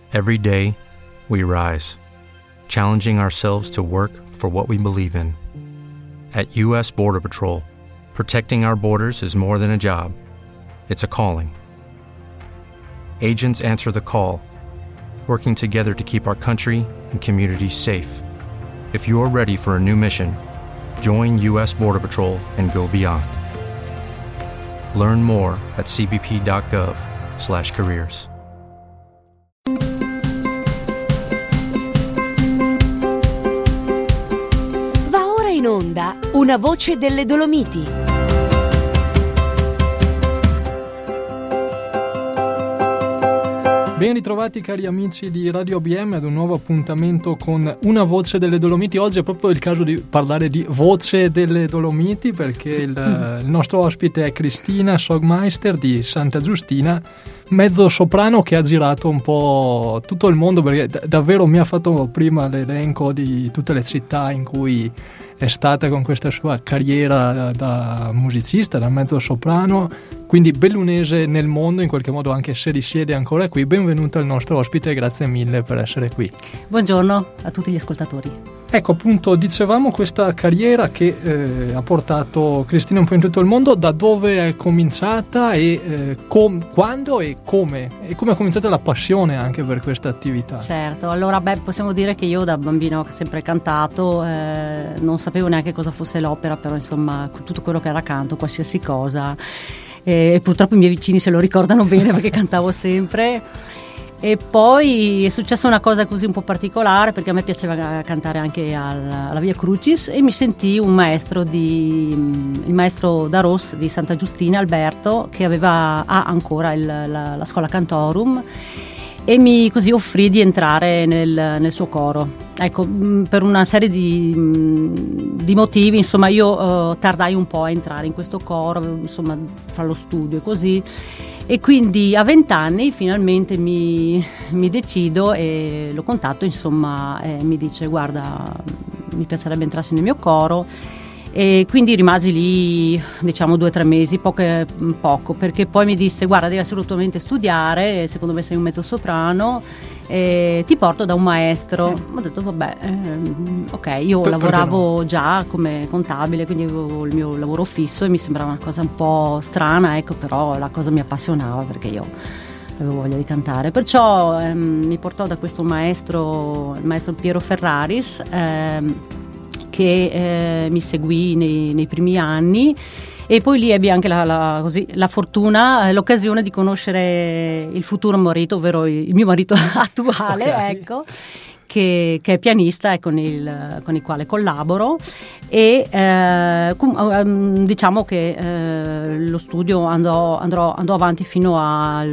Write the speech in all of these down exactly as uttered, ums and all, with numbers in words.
Every day, we rise, challenging ourselves to work for what we believe in. At U S Border Patrol, protecting our borders is more than a job. It's a calling. Agents answer the call, working together to keep our country and communities safe. If you're ready for a new mission, join U S Border Patrol and go beyond. Learn more at c b p dot gov slash careers. Va ora in onda Una voce delle Dolomiti. Ben ritrovati cari amici di Radio B M ad un nuovo appuntamento con Una voce delle Dolomiti. Oggi è proprio il caso di parlare di voce delle Dolomiti, perché il, il nostro ospite è Cristina Sogmeister di Santa Giustina, mezzo soprano che ha girato un po' tutto il mondo, perché d- davvero mi ha fatto prima l'elenco di tutte le città in cui è stata con questa sua carriera da, da musicista, da mezzo soprano, quindi bellunese nel mondo, in qualche modo anche se risiede ancora qui. Benvenuto al nostro ospite e grazie mille per essere qui. Buongiorno a tutti gli ascoltatori. Ecco, appunto, dicevamo questa carriera che eh, ha portato Cristina un po' in tutto il mondo. Da dove è cominciata e eh, com- quando e come? E come è cominciata la passione anche per questa attività? Certo, allora beh, possiamo dire che io da bambino ho sempre cantato, eh, non sapevo neanche cosa fosse l'opera, però insomma tutto quello che era canto, qualsiasi cosa. E purtroppo i miei vicini se lo ricordano bene perché cantavo sempre. E poi è successa una cosa così un po' particolare, perché a me piaceva cantare anche alla, alla Via Crucis, e mi sentii un maestro di il maestro Daros di Santa Giustina, Alberto, che aveva ha ancora il, la, la scuola Cantorum, e mi così offrì di entrare nel, nel suo coro. Ecco, per una serie di, di motivi, insomma, io uh, tardai un po' a entrare in questo coro, insomma, fra lo studio e così. E quindi a vent'anni finalmente mi, mi decido e lo contatto, insomma, e mi dice: guarda, mi piacerebbe entrarsi nel mio coro. E quindi rimasi lì, diciamo, due o tre mesi, poche, poco, perché poi mi disse: guarda, devi assolutamente studiare, secondo me sei un mezzo soprano, e ti porto da un maestro. Mm. Ho detto vabbè, ehm, ok, io per, lavoravo no? già come contabile, quindi avevo il mio lavoro fisso e mi sembrava una cosa un po' strana, ecco, però la cosa mi appassionava perché io avevo voglia di cantare. Perciò ehm, mi portò da questo maestro, il maestro Piero Ferraris, ehm, che eh, mi seguì nei, nei primi anni, e poi lì ebbi anche la, la, così, la fortuna, eh, l'occasione di conoscere il futuro marito, ovvero il, il mio marito attuale, okay. ecco, che, che è pianista e con il, con il quale collaboro. E eh, diciamo che eh, lo studio andò, andrò, andò avanti fino al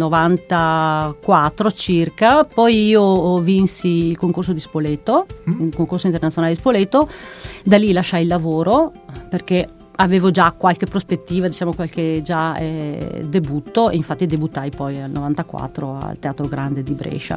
novantaquattro circa. Poi io vinsi il concorso di Spoleto, mm. il concorso internazionale di Spoleto. Da lì lasciai il lavoro perché avevo già qualche prospettiva, diciamo qualche già eh, debutto, e infatti debuttai poi al novantaquattro al Teatro Grande di Brescia.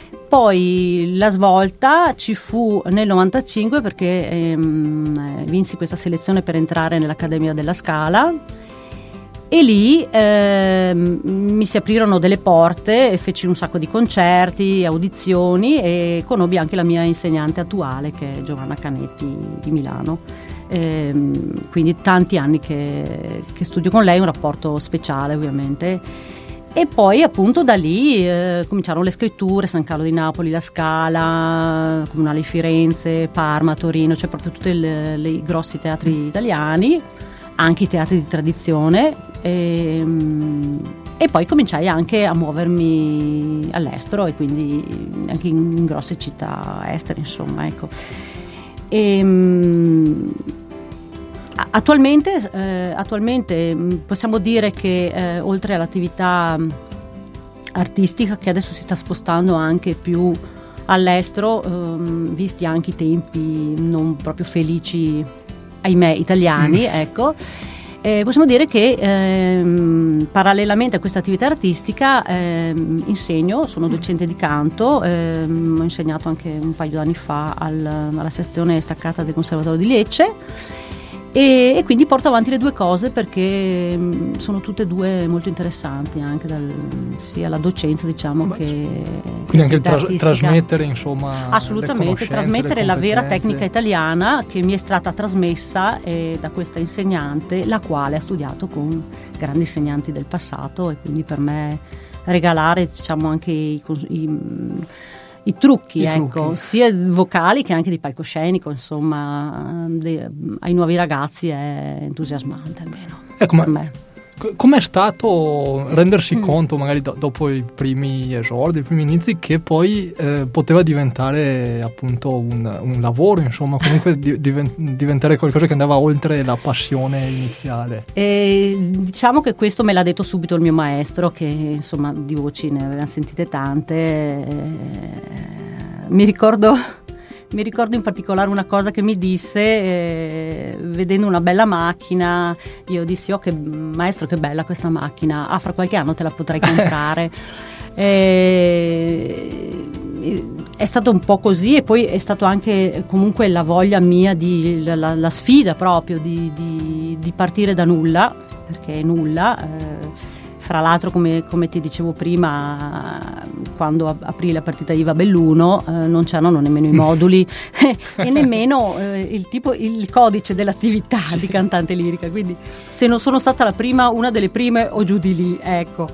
Poi la svolta ci fu nel novantacinque, perché ehm, vinsi questa selezione per entrare nell'Accademia della Scala, e lì ehm, mi si aprirono delle porte e feci un sacco di concerti, audizioni, e conobbi anche la mia insegnante attuale, che è Giovanna Canetti di Milano. Ehm, quindi tanti anni che, che studio con lei, un rapporto speciale ovviamente. E poi appunto da lì eh, cominciarono le scritture, San Carlo di Napoli, La Scala, Comunale di Firenze, Parma, Torino, cioè proprio tutti i grossi teatri italiani, anche i teatri di tradizione, e, e poi cominciai anche a muovermi all'estero, e quindi anche in, in grosse città estere, insomma, ecco. E, Attualmente, eh, attualmente possiamo dire che eh, oltre all'attività artistica, che adesso si sta spostando anche più all'estero, ehm, visti anche i tempi non proprio felici, ahimè, italiani, mm. ecco, eh, possiamo dire che ehm, parallelamente a questa attività artistica ehm, insegno, sono docente di canto, ehm, ho insegnato anche un paio d'anni fa al, alla sezione staccata del Conservatorio di Lecce. E, e quindi porto avanti le due cose, perché mh, sono tutte e due molto interessanti, anche dal, sia la docenza, diciamo, che, che quindi anche il tras- trasmettere insomma assolutamente trasmettere la vera tecnica italiana che mi è stata trasmessa eh, da questa insegnante, la quale ha studiato con grandi insegnanti del passato, e quindi per me regalare diciamo anche i, i, i trucchi, I ecco, trucchi. sia vocali che anche di palcoscenico, insomma, de, ai nuovi ragazzi è entusiasmante almeno ecco, per ma me. Com'è stato rendersi mm. conto, magari do- dopo i primi esordi, i primi inizi, che poi eh, poteva diventare appunto un, un lavoro, insomma, comunque di- divent- diventare qualcosa che andava oltre la passione iniziale? E diciamo che questo me l'ha detto subito il mio maestro, che insomma di voci ne aveva sentite tante. Eh, mi ricordo... Mi ricordo in particolare una cosa che mi disse, eh, vedendo una bella macchina, io dissi: oh, che maestro, che bella questa macchina, ah, fra qualche anno te la potrai comprare. eh, è stato un po' così, e poi è stato anche comunque la voglia mia, di, la, la sfida proprio di, di, di partire da nulla, perché è nulla. Eh, Fra l'altro, come, come ti dicevo prima, quando aprì la partita I V A Belluno eh, non c'erano nemmeno i moduli e nemmeno eh, il, tipo, il codice dell'attività sì. di cantante lirica, quindi se non sono stata la prima, una delle prime o giù di lì, ecco.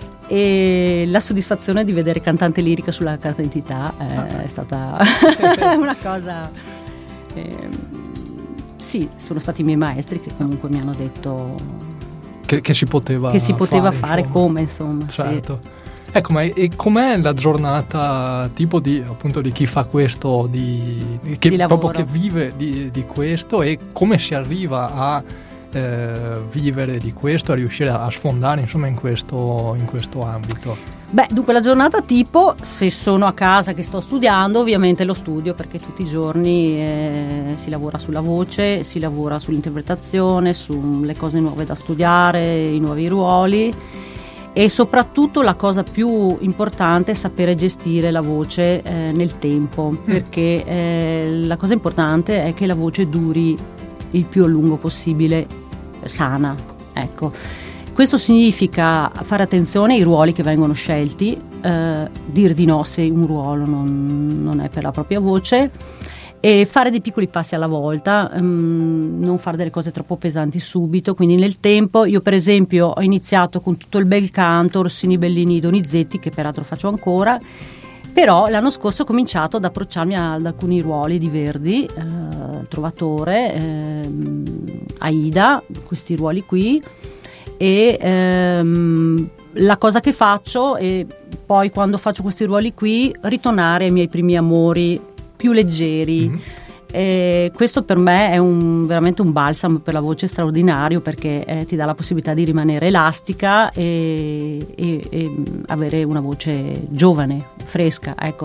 E la soddisfazione di vedere cantante lirica sulla carta d'identità eh, ah. è stata una cosa... Eh, sì, sono stati i miei maestri che comunque mi hanno detto... Che, che si poteva che si poteva fare, fare insomma. come insomma certo sì. Ecco, ma e com'è la giornata tipo di appunto di chi fa questo, di, che di proprio che vive di, di questo, e come si arriva a eh, vivere di questo, a riuscire a sfondare insomma in questo, in questo ambito? Beh, dunque la giornata tipo, se sono a casa che sto studiando, ovviamente lo studio, perché tutti i giorni eh, si lavora sulla voce, si lavora sull'interpretazione, sulle cose nuove da studiare, i nuovi ruoli, e soprattutto la cosa più importante è sapere gestire la voce eh, nel tempo, mm. perché eh, la cosa importante è che la voce duri il più a lungo possibile sana, ecco. Questo significa fare attenzione ai ruoli che vengono scelti, eh, dir di no se un ruolo non, non è per la propria voce, e fare dei piccoli passi alla volta, um, non fare delle cose troppo pesanti subito, quindi nel tempo. Io per esempio ho iniziato con tutto il bel canto, Rossini, Bellini, Donizetti, che peraltro faccio ancora, però l'anno scorso ho cominciato ad approcciarmi ad alcuni ruoli di Verdi, eh, Trovatore, eh, Aida, questi ruoli qui. E ehm, la cosa che faccio è poi, quando faccio questi ruoli qui, ritornare ai miei primi amori più leggeri. Mm-hmm. E questo per me è un, veramente un balsamo per la voce straordinario, perché eh, ti dà la possibilità di rimanere elastica e, e, e avere una voce giovane, fresca, ecco.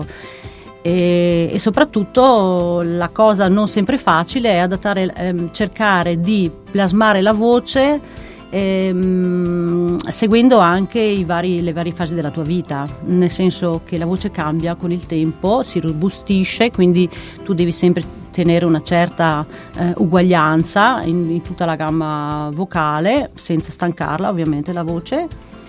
E, e soprattutto la cosa non sempre facile è adattare, ehm, cercare di plasmare la voce Ehm, seguendo anche i vari, le varie fasi della tua vita, nel senso che la voce cambia con il tempo, si robustisce, quindi tu devi sempre tenere una certa eh, uguaglianza in, in tutta la gamma vocale, senza stancarla ovviamente la voce,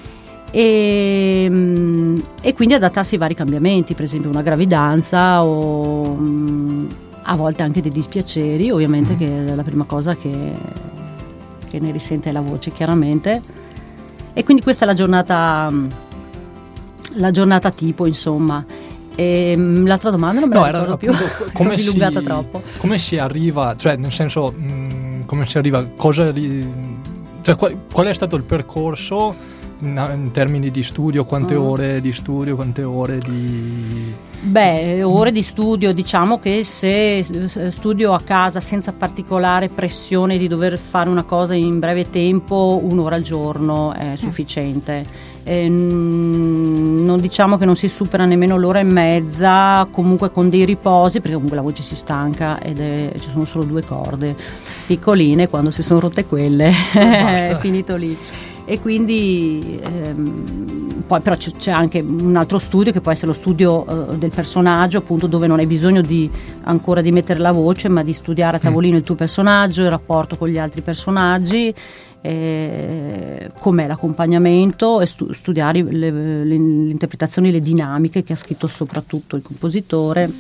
e, e quindi adattarsi ai vari cambiamenti, per esempio una gravidanza o a volte anche dei dispiaceri, ovviamente, che è la prima cosa che che ne risente la voce, chiaramente. E quindi questa è la giornata la giornata tipo, insomma. E l'altra domanda non me no, la ricordo più, sono dilungata troppo. Come si arriva, cioè nel senso mh, come si arriva, cosa li, cioè qual, qual è stato il percorso in, in termini di studio, quante uh. ore di studio, quante ore di... Beh, ore di studio, diciamo che se studio a casa senza particolare pressione di dover fare una cosa in breve tempo, un'ora al giorno è sufficiente. E non diciamo che non si supera nemmeno l'ora e mezza, comunque con dei riposi, perché comunque la voce si stanca ed è, ci sono solo due corde piccoline, quando si sono rotte quelle è finito lì. e quindi ehm, poi però c'è, c'è anche un altro studio che può essere lo studio eh, del personaggio, appunto, dove non hai bisogno di ancora di mettere la voce, ma di studiare a tavolino il tuo personaggio, il rapporto con gli altri personaggi, eh, com'è l'accompagnamento, e stu- studiare le, le, le interpretazioni, le dinamiche che ha scritto soprattutto il compositore.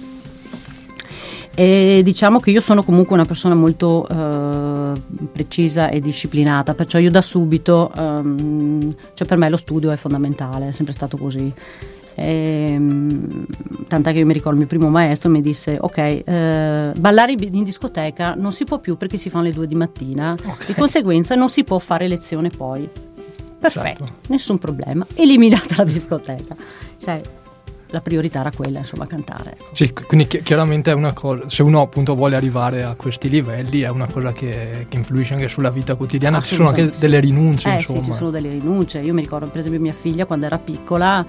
E diciamo che io sono comunque una persona molto eh, precisa e disciplinata, perciò io da subito, ehm, cioè per me lo studio è fondamentale, è sempre stato così. E, tant'è che io mi ricordo il mio primo maestro mi disse: ok, eh, ballare in discoteca non si può più perché si fanno le due di mattina, okay. Di conseguenza non si può fare lezione poi. Perfetto, certo. Nessun problema, eliminata la discoteca, cioè la priorità era quella, insomma, cantare, ecco. Sì, quindi chi- chiaramente è una cosa, se uno appunto vuole arrivare a questi livelli, è una cosa che, che influisce anche sulla vita quotidiana. Ci sono anche sì. delle rinunce, eh, insomma. Sì, ci sono delle rinunce. Io mi ricordo per esempio mia figlia quando era piccola,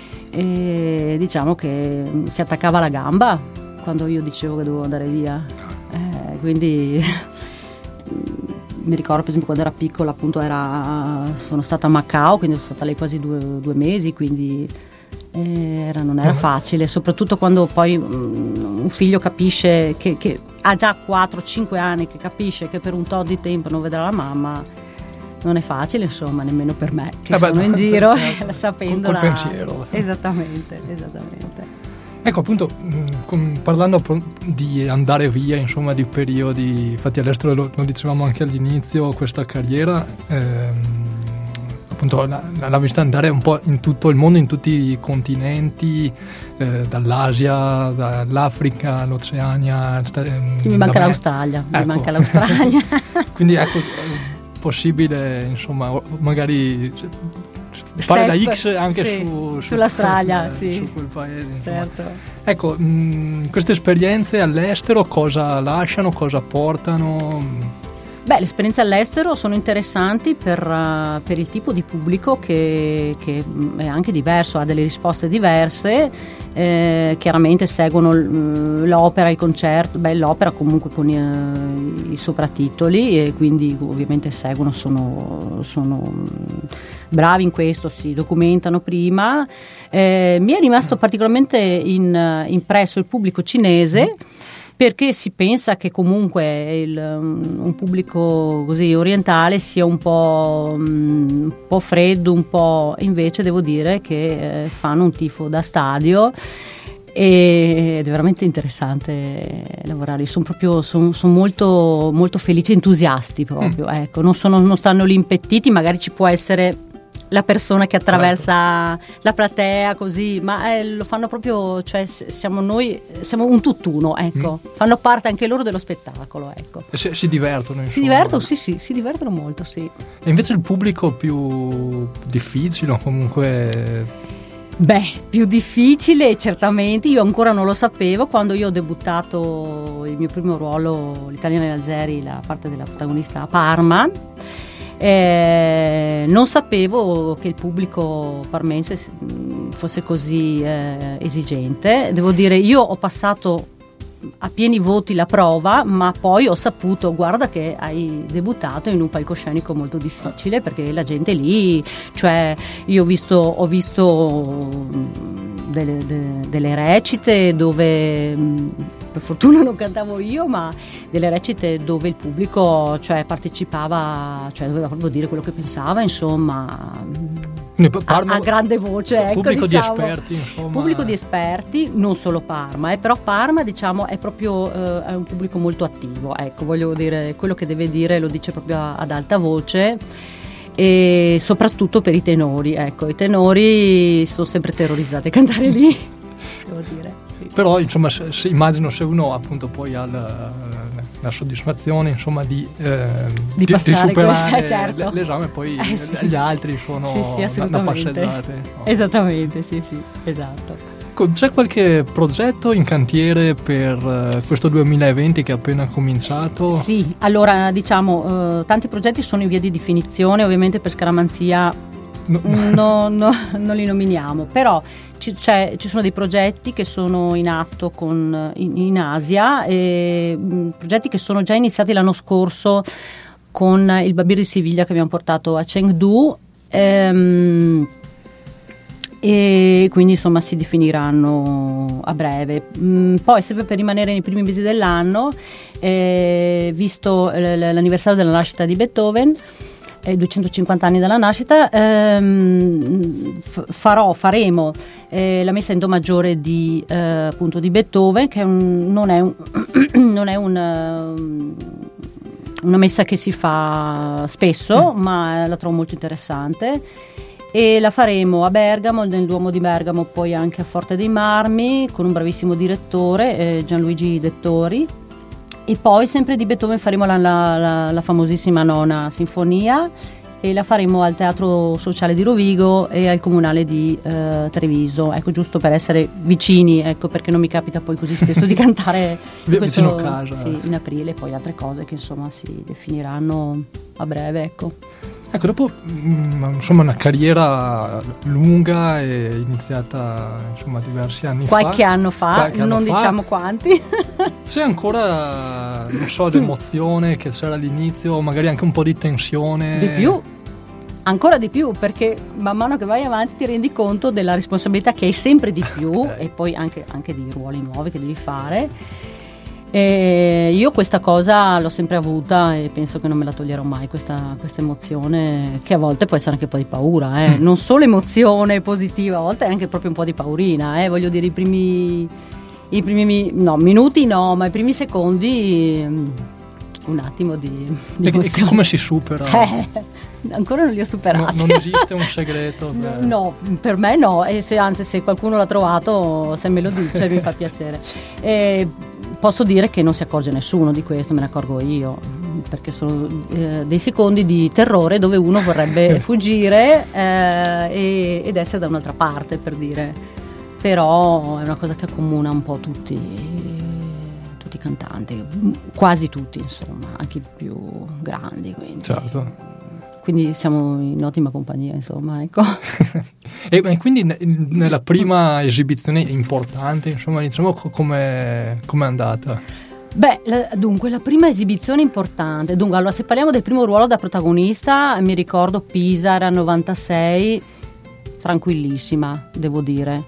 e diciamo che si attaccava alla gamba quando io dicevo che dovevo andare via, eh, quindi mi ricordo per esempio quando era piccola, appunto era, sono stata a Macao, quindi sono stata lì quasi due, due mesi, quindi era, non era facile, soprattutto quando poi um, un figlio capisce che, che ha già quattro cinque anni, che capisce che per un tot di tempo non vedrà la mamma. Non è facile, insomma, nemmeno per me che eh sono beh, in giro, certo. Sapendo col, col pensiero. Esattamente, esattamente. Ecco, appunto, mh, parlando di andare via, insomma, di periodi, infatti all'estero lo, lo dicevamo anche all'inizio, questa carriera, ehm, appunto l'ha vista andare un po' in tutto il mondo, in tutti i continenti, eh, dall'Asia, dall'Africa, all'Oceania. Sta, mi manca l'Australia, ecco. mi manca l'Australia. Quindi ecco, possibile, insomma, magari fare da X anche sì, su, su sull'Australia, quel, sì. su quel paese. Certo. Ecco, mh, queste esperienze all'estero cosa lasciano, cosa portano? Beh, le esperienze all'estero sono interessanti per, uh, per il tipo di pubblico che, che è anche diverso, ha delle risposte diverse, eh, chiaramente seguono l'opera, il concerto, beh, l'opera comunque con i, i sopratitoli, e quindi ovviamente seguono, sono, sono bravi in questo, si documentano prima. Eh, mi è rimasto particolarmente in, impresso il pubblico cinese, perché si pensa che comunque il, un pubblico così orientale sia un po', un po' freddo, un po', invece devo dire che eh, fanno un tifo da stadio, ed è veramente interessante lavorare. Sono proprio sono, sono molto, molto felici, entusiasti proprio, mm. ecco, non, sono, non stanno lì impettiti, magari ci può essere la persona che attraversa certo. la platea così, ma eh, lo fanno proprio, cioè siamo noi, siamo un tutt'uno, ecco, mm. fanno parte anche loro dello spettacolo, ecco. E si, si divertono, insomma. Si divertono, sì, sì, si divertono molto, sì. E invece il pubblico più difficile, comunque... Beh, più difficile certamente, io ancora non lo sapevo quando io ho debuttato il mio primo ruolo, l'Italiana e Algeri, la parte della protagonista a Parma. Eh, non sapevo che il pubblico parmense fosse così eh, esigente. Devo dire, io ho passato a pieni voti la prova, ma poi ho saputo, guarda che hai debuttato in un palcoscenico molto difficile, perché la gente lì, cioè io ho visto, ho visto delle, de, delle recite dove... per fortuna non cantavo io, ma delle recite dove il pubblico, cioè, partecipava, cioè doveva proprio dire quello che pensava, insomma, Parma, a, a grande voce, ecco, pubblico diciamo. di esperti, insomma. Pubblico di esperti, non solo Parma, eh, però Parma, diciamo, è proprio eh, è un pubblico molto attivo, ecco, voglio dire, quello che deve dire lo dice proprio ad alta voce, e soprattutto per i tenori, ecco, i tenori sono sempre terrorizzati a cantare lì, devo dire. Però insomma se, se, immagino se uno appunto poi ha la, la soddisfazione, insomma, di, eh, di, di, passare di superare quel, certo. l'esame, poi eh, sì. gli altri sono sì, sì, una passeggiata. No? Esattamente, sì, sì, esatto. C'è qualche progetto in cantiere per uh, questo duemilaventi che è appena cominciato? Sì, allora diciamo uh, tanti progetti sono in via di definizione, ovviamente per scaramanzia no. No, no, non li nominiamo, però ci, c'è, ci sono dei progetti che sono in atto con, in, in Asia, e, mh, progetti che sono già iniziati l'anno scorso con il Babir di Siviglia che abbiamo portato a Chengdu, Ehm, e quindi insomma si definiranno a breve. Mm, poi sempre per rimanere nei primi mesi dell'anno, eh, visto l- l'anniversario della nascita di Beethoven, eh, duecentocinquanta anni dalla nascita, ehm, f- farò, faremo eh, la messa in do maggiore di, eh, appunto di Beethoven, che è un, non è, un, non è un, um, una messa che si fa spesso, mm. ma la trovo molto interessante. E la faremo a Bergamo, nel Duomo di Bergamo, poi anche a Forte dei Marmi, con un bravissimo direttore, eh, Gianluigi Dettori. E poi sempre di Beethoven faremo la, la, la, la famosissima Nona Sinfonia, e la faremo al Teatro Sociale di Rovigo e al Comunale di eh, Treviso, ecco, giusto per essere vicini, ecco, perché non mi capita poi così spesso di cantare in, questo, vicino casa, sì, in aprile. Poi altre cose che insomma si definiranno a breve, ecco. Ecco, dopo insomma una carriera lunga e iniziata insomma diversi anni qualche fa. anno fa, qualche anno non fa, diciamo quanti. C'è ancora, non so, l'emozione che c'era all'inizio, magari anche un po' di tensione? Di più, ancora di più, perché man mano che vai avanti ti rendi conto della responsabilità che hai sempre di più, okay. E poi anche, anche di ruoli nuovi che devi fare. E io questa cosa l'ho sempre avuta e penso che non me la toglierò mai, questa, questa emozione, che a volte può essere anche un po' di paura, eh? mm. non solo emozione positiva, a volte è anche proprio un po' di paurina, eh? Voglio dire, i primi, i primi no, minuti no, ma i primi secondi un attimo di, di e, e come si supera? Eh, ancora non li ho superati. No, non esiste un segreto per... no, no, per me no, e se, anzi se qualcuno l'ha trovato, se me lo dice mi fa piacere. E posso dire che non si accorge nessuno di questo, me ne accorgo io, perché sono eh, dei secondi di terrore dove uno vorrebbe fuggire eh, e, ed essere da un'altra parte, per dire. Però è una cosa che accomuna un po' tutti, tutti i cantanti, quasi tutti, insomma, anche i più grandi. Quindi. Certo. Quindi siamo in ottima compagnia, insomma, ecco. E quindi nella prima esibizione importante, insomma, diciamo come è andata? Beh, la, dunque, la prima esibizione importante, dunque, allora se parliamo del primo ruolo da protagonista, mi ricordo Pisa, era novantasei, tranquillissima, devo dire.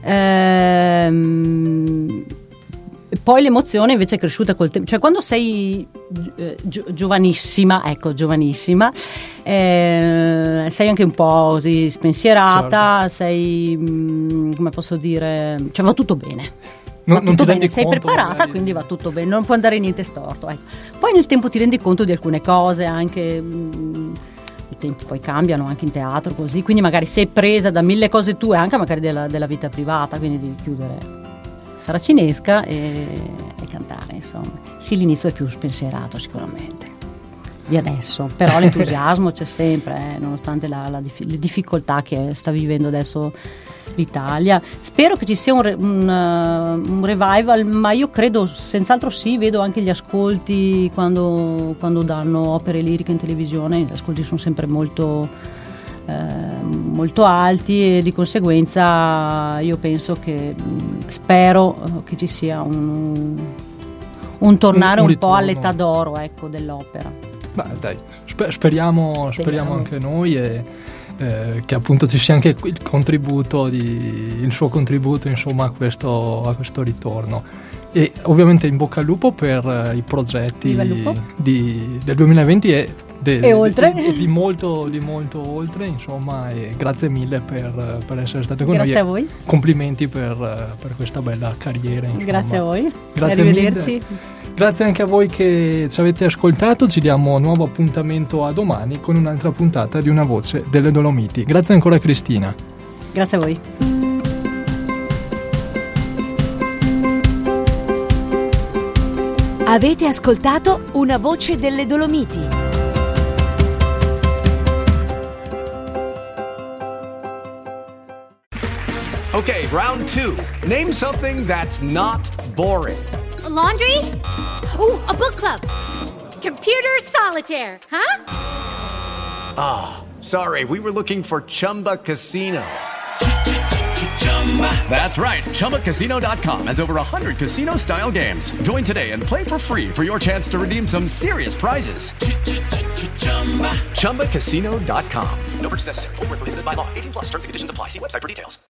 Ehm... Poi l'emozione invece è cresciuta col tempo, cioè quando sei eh, gio- giovanissima, ecco, giovanissima, eh, sei anche un po' così spensierata, certo. sei, mh, come posso dire, cioè va tutto bene. No, va non tutto ti bene, sei conto, preparata, magari. Quindi va tutto bene, non può andare niente storto. Ecco. Poi nel tempo ti rendi conto di alcune cose, anche mh, i tempi poi cambiano anche in teatro, così, quindi magari sei presa da mille cose tue, anche magari della, della vita privata, quindi devi chiudere saracinesca e, e cantare, insomma. Sì, l'inizio è più spensierato sicuramente di adesso, però l'entusiasmo c'è sempre, eh, nonostante la, la dif- le difficoltà che sta vivendo adesso l'Italia. Spero che ci sia un, re- un, uh, un revival, ma io credo senz'altro sì, vedo anche gli ascolti quando, quando danno opere liriche in televisione, gli ascolti sono sempre molto Eh, molto alti, e di conseguenza io penso che spero che ci sia un, un tornare un, un, un po' all'età d'oro, ecco, dell'opera. Beh, dai, sper- speriamo, speriamo speriamo anche noi e eh, che appunto ci sia anche il contributo di, il suo contributo, insomma, a questo, a questo ritorno. E ovviamente in bocca al lupo per uh, i progetti di, del duemilaventi e De, e oltre di, di, molto, di molto oltre, insomma, e grazie mille per, per essere state con grazie noi. A voi. Complimenti per, per questa bella carriera, insomma. Grazie a voi. Grazie Arrivederci. Mille. Grazie anche a voi che ci avete ascoltato. Ci diamo nuovo appuntamento a domani con un'altra puntata di Una Voce delle Dolomiti. Grazie ancora Cristina. Grazie a voi. Avete ascoltato Una Voce delle Dolomiti. Okay, round two. Name something that's not boring. A laundry? Ooh, a book club. Computer solitaire, huh? Ah, oh, sorry, we were looking for Chumba Casino. That's right. Chumba Casino dot com has over one hundred casino-style games. Join today and play for free for your chance to redeem some serious prizes. Chumba Casino dot com. No purchase necessary. Void where prohibited by law. eighteen plus terms and conditions apply. See website for details.